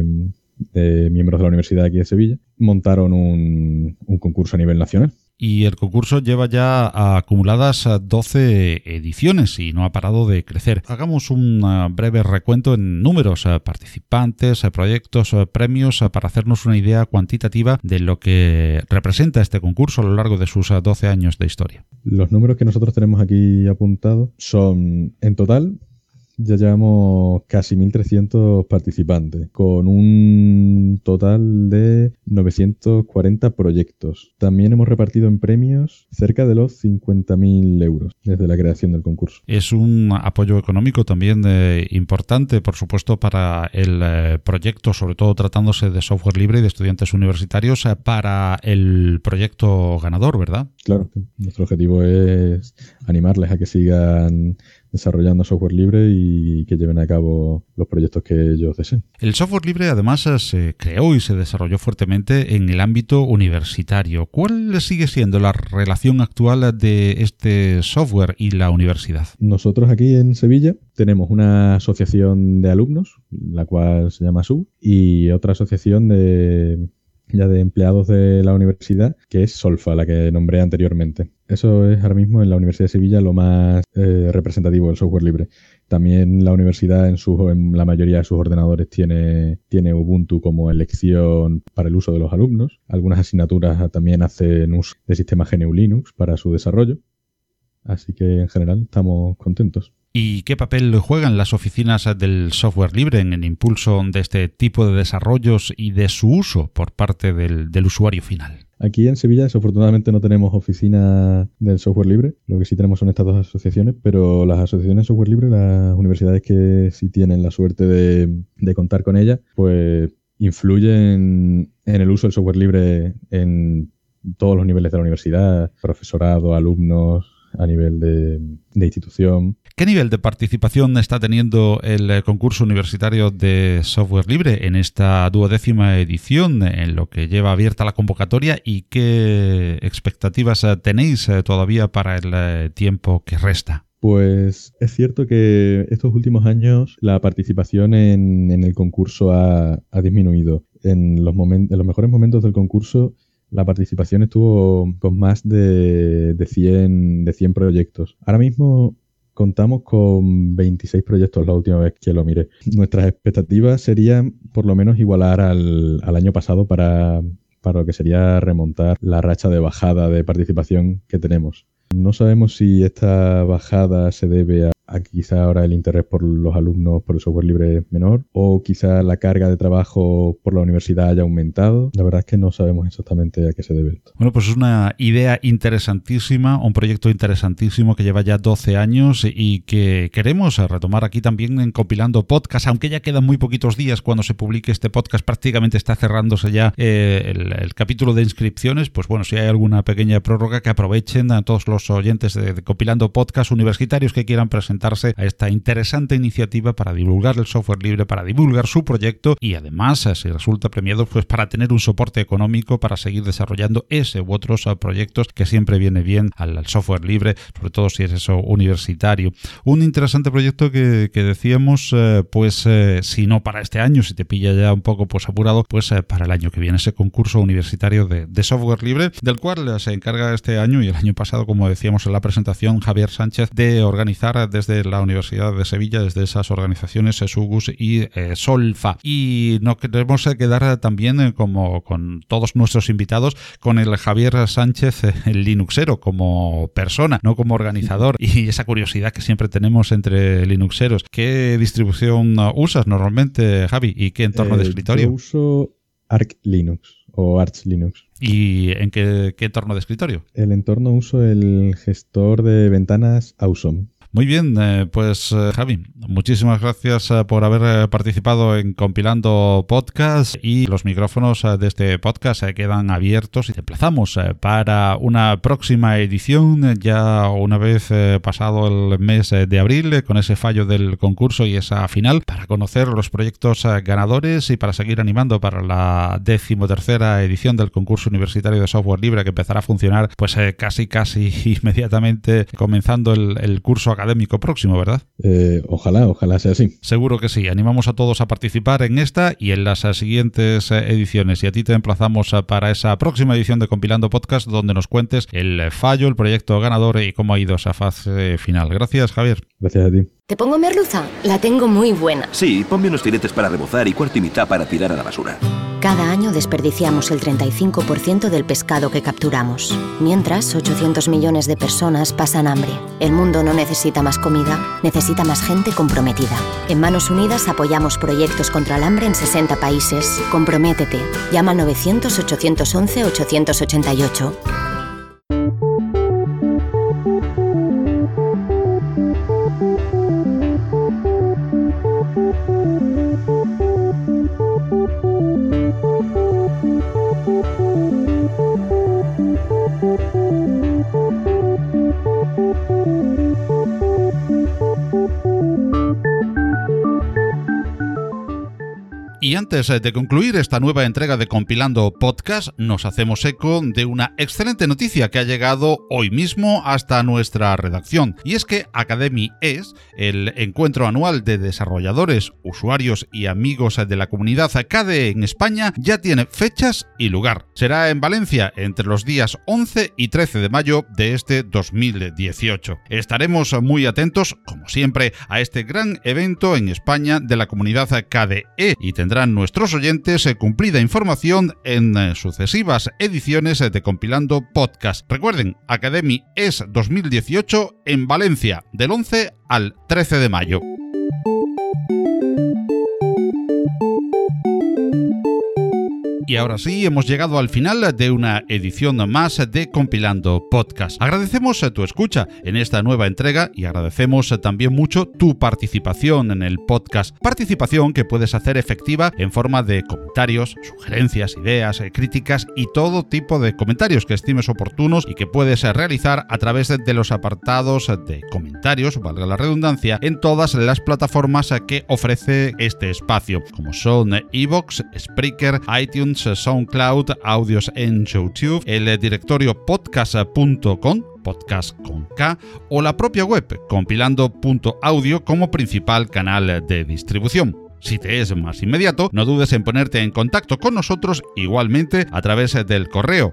de miembros de la Universidad de aquí de Sevilla, montaron un concurso a nivel nacional. Y el concurso lleva ya acumuladas 12 ediciones y no ha parado de crecer. Hagamos un breve recuento en números, participantes, proyectos, premios, para hacernos una idea cuantitativa de lo que representa este concurso a lo largo de sus 12 años de historia. Los números que nosotros tenemos aquí apuntados son, en total, ya llevamos casi 1.300 participantes, con un total de 940 proyectos. También hemos repartido en premios cerca de los 50.000 euros desde la creación del concurso. Es un apoyo económico también importante, por supuesto, para el proyecto, sobre todo tratándose de software libre y de estudiantes universitarios, para el proyecto ganador, ¿verdad? Claro, nuestro objetivo es animarles a que sigan desarrollando software libre y que lleven a cabo los proyectos que ellos deseen. El software libre además se creó y se desarrolló fuertemente en el ámbito universitario. ¿Cuál sigue siendo la relación actual de este software y la universidad? Nosotros aquí en Sevilla tenemos una asociación de alumnos, la cual se llama SU, y otra asociación de empleados de la universidad, que es Solfa, la que nombré anteriormente. Eso es ahora mismo en la Universidad de Sevilla lo más representativo del software libre. También la universidad en la mayoría de sus ordenadores tiene Ubuntu como elección para el uso de los alumnos. Algunas asignaturas también hacen uso de sistema GNU Linux para su desarrollo. Así que en general estamos contentos. ¿Y qué papel juegan las oficinas del software libre en el impulso de este tipo de desarrollos y de su uso por parte del usuario final? Aquí en Sevilla, desafortunadamente, no tenemos oficina del software libre. Lo que sí tenemos son estas dos asociaciones, pero las asociaciones de software libre, las universidades que sí tienen la suerte de contar con ellas, pues influyen en el uso del software libre en todos los niveles de la universidad, profesorado, alumnos, a nivel de institución. ¿Qué nivel de participación está teniendo el concurso universitario de software libre en esta 12ª edición, en lo que lleva abierta la convocatoria, y qué expectativas tenéis todavía para el tiempo que resta? Pues es cierto que estos últimos años la participación en el concurso ha disminuido. En los mejores momentos del concurso la participación estuvo con más de 100 proyectos. Ahora mismo contamos con 26 proyectos la última vez que lo miré. Nuestras expectativas serían por lo menos igualar al año pasado para lo que sería remontar la racha de bajada de participación que tenemos. No sabemos si esta bajada se debe a quizá ahora el interés por los alumnos por el software libre es menor, o quizá la carga de trabajo por la universidad haya aumentado. La verdad es que no sabemos exactamente a qué se debe esto. Bueno, pues es una idea interesantísima, un proyecto interesantísimo que lleva ya 12 años y que queremos retomar aquí también en Compilando Podcast, aunque ya quedan muy poquitos días cuando se publique este podcast, prácticamente está cerrándose ya el capítulo de inscripciones. Pues bueno, si hay alguna pequeña prórroga, que aprovechen a todos los oyentes de Compilando Podcast universitarios que quieran presentarse a esta interesante iniciativa para divulgar el software libre, para divulgar su proyecto y además, si resulta premiado, pues para tener un soporte económico para seguir desarrollando ese u otros proyectos, que siempre viene bien al software libre, sobre todo si es eso universitario. Un interesante proyecto que decíamos, si no para este año, si te pilla ya un poco pues apurado, pues para el año que viene, ese concurso universitario de software libre, del cual se encarga este año y el año pasado, como decíamos en la presentación, Javier Sánchez, de organizar desde la Universidad de Sevilla, desde esas organizaciones SUGUS y Solfa. Y no queremos quedar también, como con todos nuestros invitados, con el Javier Sánchez, el Linuxero, como persona, no como organizador, y esa curiosidad que siempre tenemos entre Linuxeros. ¿Qué distribución usas normalmente, Javi? ¿Y qué entorno de escritorio? Yo uso Arch Linux o Arch Linux. ¿Y en qué entorno de escritorio? El entorno uso el gestor de ventanas Awesome. Muy bien, pues Javi, muchísimas gracias por haber participado en Compilando Podcast, y los micrófonos de este podcast quedan abiertos y te emplazamos para una próxima edición, ya una vez pasado el mes de abril, con ese fallo del concurso y esa final, para conocer los proyectos ganadores y para seguir animando para la 13ª edición del concurso universitario de software libre, que empezará a funcionar pues casi inmediatamente comenzando el curso académico próximo, ¿verdad? Ojalá sea así. Seguro que sí. Animamos a todos a participar en esta y en las siguientes ediciones. Y a ti te emplazamos para esa próxima edición de Compilando Podcast, donde nos cuentes el fallo, el proyecto ganador y cómo ha ido esa fase final. Gracias, Javier. Gracias a ti. ¿Te pongo merluza? La tengo muy buena. Sí, ponme unos filetes para rebozar y cuarto y mitad para tirar a la basura. Cada año desperdiciamos el 35% del pescado que capturamos. Mientras, 800 millones de personas pasan hambre. El mundo no necesita más comida, necesita más gente comprometida. En Manos Unidas apoyamos proyectos contra el hambre en 60 países. Comprométete. Llama al 900-811-888. Y antes de concluir esta nueva entrega de Compilando Podcast, nos hacemos eco de una excelente noticia que ha llegado hoy mismo hasta nuestra redacción. Y es que Academy ES, el encuentro anual de desarrolladores, usuarios y amigos de la comunidad KDE en España, ya tiene fechas y lugar. Será en Valencia entre los días 11 y 13 de mayo de este 2018. Estaremos muy atentos, como siempre, a este gran evento en España de la comunidad KDE y tendrán nuestros oyentes cumplida información en sucesivas ediciones de Compilando Podcast. Recuerden, Academy ES 2018 en Valencia, del 11 al 13 de mayo. Y ahora sí, hemos llegado al final de una edición más de Compilando Podcast. Agradecemos tu escucha en esta nueva entrega y agradecemos también mucho tu participación en el podcast. Participación que puedes hacer efectiva en forma de comentarios, sugerencias, ideas, críticas y todo tipo de comentarios que estimes oportunos y que puedes realizar a través de los apartados de comentarios, valga la redundancia, en todas las plataformas que ofrece este espacio, como son iVoox, Spreaker, iTunes, SoundCloud, audios en YouTube, el directorio podcast.com, podcast con K, o la propia web compilando.audio como principal canal de distribución. Si te es más inmediato, no dudes en ponerte en contacto con nosotros igualmente a través del correo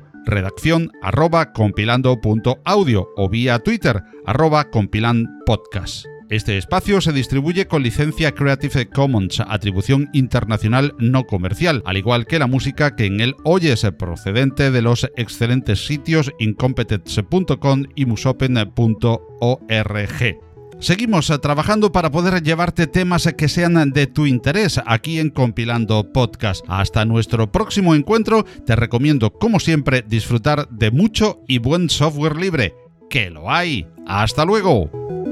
redacción@compilando.audio o vía Twitter @compilandpodcast. Este espacio se distribuye con licencia Creative Commons, atribución internacional no comercial, al igual que la música que en él oyes procedente de los excelentes sitios incompetence.com y musopen.org. Seguimos trabajando para poder llevarte temas que sean de tu interés aquí en Compilando Podcast. Hasta nuestro próximo encuentro, te recomiendo, como siempre, disfrutar de mucho y buen software libre. ¡Que lo hay! ¡Hasta luego!